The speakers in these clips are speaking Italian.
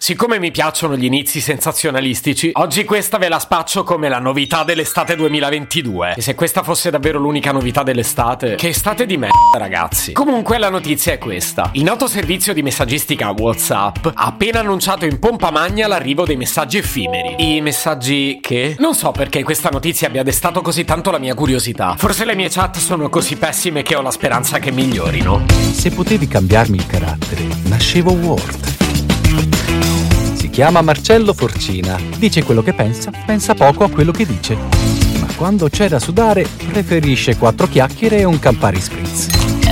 Siccome mi piacciono gli inizi sensazionalistici, oggi questa ve la spaccio come la novità dell'estate 2022. E se questa fosse davvero l'unica novità dell'estate, che estate di merda, ragazzi. Comunque la notizia è questa. Il noto servizio di messaggistica WhatsApp ha appena annunciato in pompa magna l'arrivo dei messaggi effimeri. I messaggi che? Non so perché questa notizia abbia destato così tanto la mia curiosità. Forse le mie chat sono così pessime che ho la speranza che migliorino. Se potevi cambiarmi il carattere, nascevo Word. Si chiama Marcello Forcina, dice quello che pensa poco a quello che dice. Ma quando c'è da sudare, preferisce 4 chiacchiere e un Campari Spritz.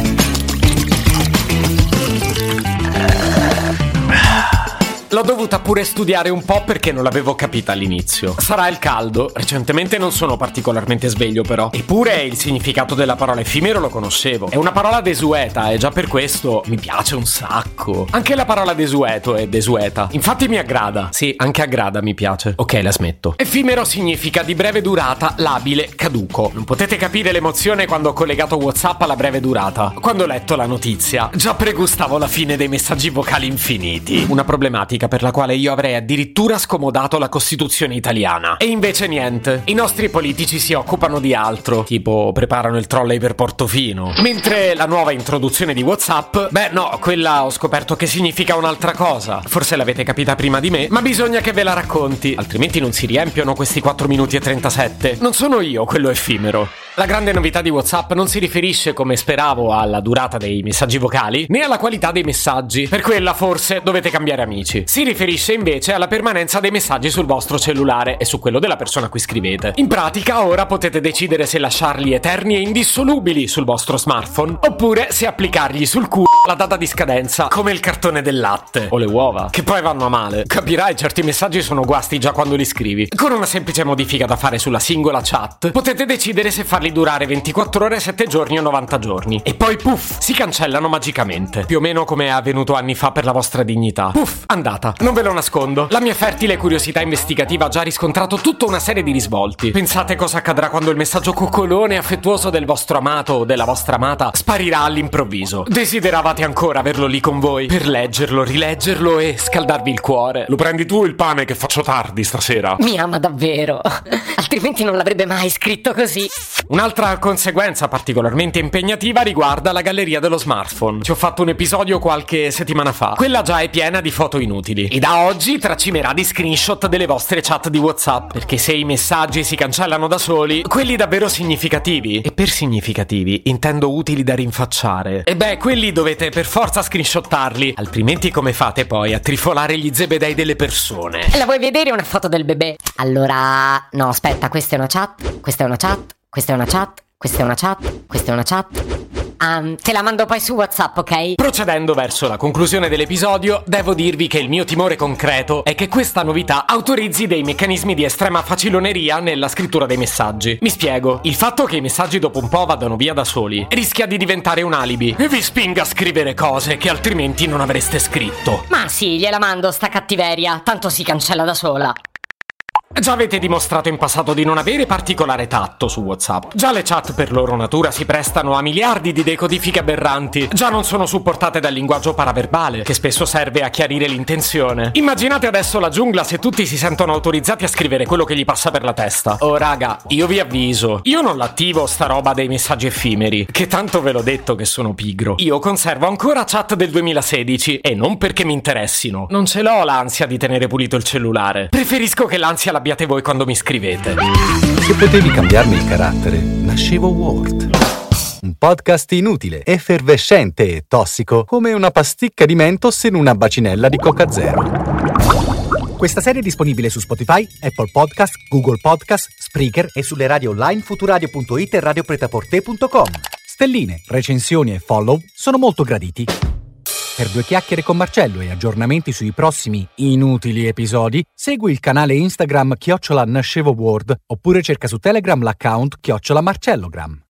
L'ho dovuta pure studiare un po' perché non l'avevo capita all'inizio. Sarà il caldo, recentemente non sono particolarmente sveglio però. Eppure il significato della parola effimero lo conoscevo. È una parola desueta e già per questo mi piace un sacco. Anche la parola desueto è desueta. Infatti mi aggrada. Sì, anche aggrada mi piace. Ok, la smetto. Effimero significa di breve durata, labile, caduco. Non potete capire l'emozione quando ho collegato WhatsApp alla breve durata. Quando ho letto la notizia, già pregustavo la fine dei messaggi vocali infiniti. Una problematica per la quale io avrei addirittura scomodato la Costituzione italiana. E invece niente. I nostri politici si occupano di altro, tipo preparano il trolley per Portofino. Mentre la nuova introduzione di WhatsApp, beh no, quella ho scoperto che significa un'altra cosa. Forse l'avete capita prima di me, ma bisogna che ve la racconti, altrimenti non si riempiono questi 4 minuti e 37. Non sono io quello effimero. La grande novità di WhatsApp non si riferisce, come speravo, alla durata dei messaggi vocali, né alla qualità dei messaggi. Per quella forse dovete cambiare amici. Si riferisce invece alla permanenza dei messaggi sul vostro cellulare e su quello della persona a cui scrivete. In pratica ora potete decidere se lasciarli eterni e indissolubili sul vostro smartphone, oppure se applicargli sul culo la data di scadenza, come il cartone del latte o le uova, che poi vanno a male. Capirai, certi messaggi sono guasti già quando li scrivi. Con una semplice modifica da fare sulla singola chat, potete decidere se farli durare 24 ore, 7 giorni o 90 giorni. E poi puff, si cancellano magicamente. Più o meno come è avvenuto anni fa per la vostra dignità. Puff, andata. Non ve lo nascondo, la mia fertile curiosità investigativa ha già riscontrato tutta una serie di risvolti. Pensate cosa accadrà quando il messaggio coccolone e affettuoso del vostro amato o della vostra amata sparirà all'improvviso. Desideravate ancora averlo lì con voi per leggerlo, rileggerlo e scaldarvi il cuore. Lo prendi tu il pane che faccio tardi stasera? Mi ama davvero, altrimenti non l'avrebbe mai scritto così. Un'altra conseguenza particolarmente impegnativa riguarda la galleria dello smartphone. Ci ho fatto un episodio qualche settimana fa. Quella già è piena di foto inutili e da oggi tracimerà di screenshot delle vostre chat di WhatsApp, perché se i messaggi si cancellano da soli, quelli davvero significativi, e per significativi intendo utili da rinfacciare, e beh, quelli dovete per forza screenshottarli, altrimenti come fate poi a trifolare gli zebedei delle persone? La vuoi vedere una foto del bebè? Allora, no, aspetta, questa è una chat, questa è una chat, questa è una chat, questa è una chat, questa è una chat. Te la mando poi su WhatsApp, ok? Procedendo verso la conclusione dell'episodio, devo dirvi che il mio timore concreto è che questa novità autorizzi dei meccanismi di estrema faciloneria nella scrittura dei messaggi. Mi spiego. Il fatto che i messaggi dopo un po' vadano via da soli rischia di diventare un alibi e vi spinga a scrivere cose che altrimenti non avreste scritto. Ma sì, gliela mando sta cattiveria, tanto si cancella da sola. Già avete dimostrato in passato di non avere particolare tatto su WhatsApp. Già le chat per loro natura si prestano a miliardi di decodifiche aberranti. Già non sono supportate dal linguaggio paraverbale, che spesso serve a chiarire l'intenzione. Immaginate adesso la giungla se tutti si sentono autorizzati a scrivere quello che gli passa per la testa. Oh raga, io vi avviso, io non l'attivo sta roba dei messaggi effimeri, che tanto ve l'ho detto che sono pigro. Io conservo ancora chat del 2016 e non perché mi interessino. Non ce l'ho l'ansia di tenere pulito il cellulare. Preferisco che l'ansia l'abbiate voi quando mi scrivete. Se potevi cambiarmi il carattere, nascevo Word. Un podcast inutile, effervescente e tossico, come una pasticca di Mentos in una bacinella di Coca Zero. Questa serie è disponibile su Spotify, Apple Podcast, Google Podcast, Spreaker e sulle radio online futuradio.it e radiopretaporte.com. Stelline, recensioni e follow sono molto graditi. Per 2 chiacchiere con Marcello e aggiornamenti sui prossimi inutili episodi, segui il canale Instagram @NascevoWord oppure cerca su Telegram l'account @Marcellogram.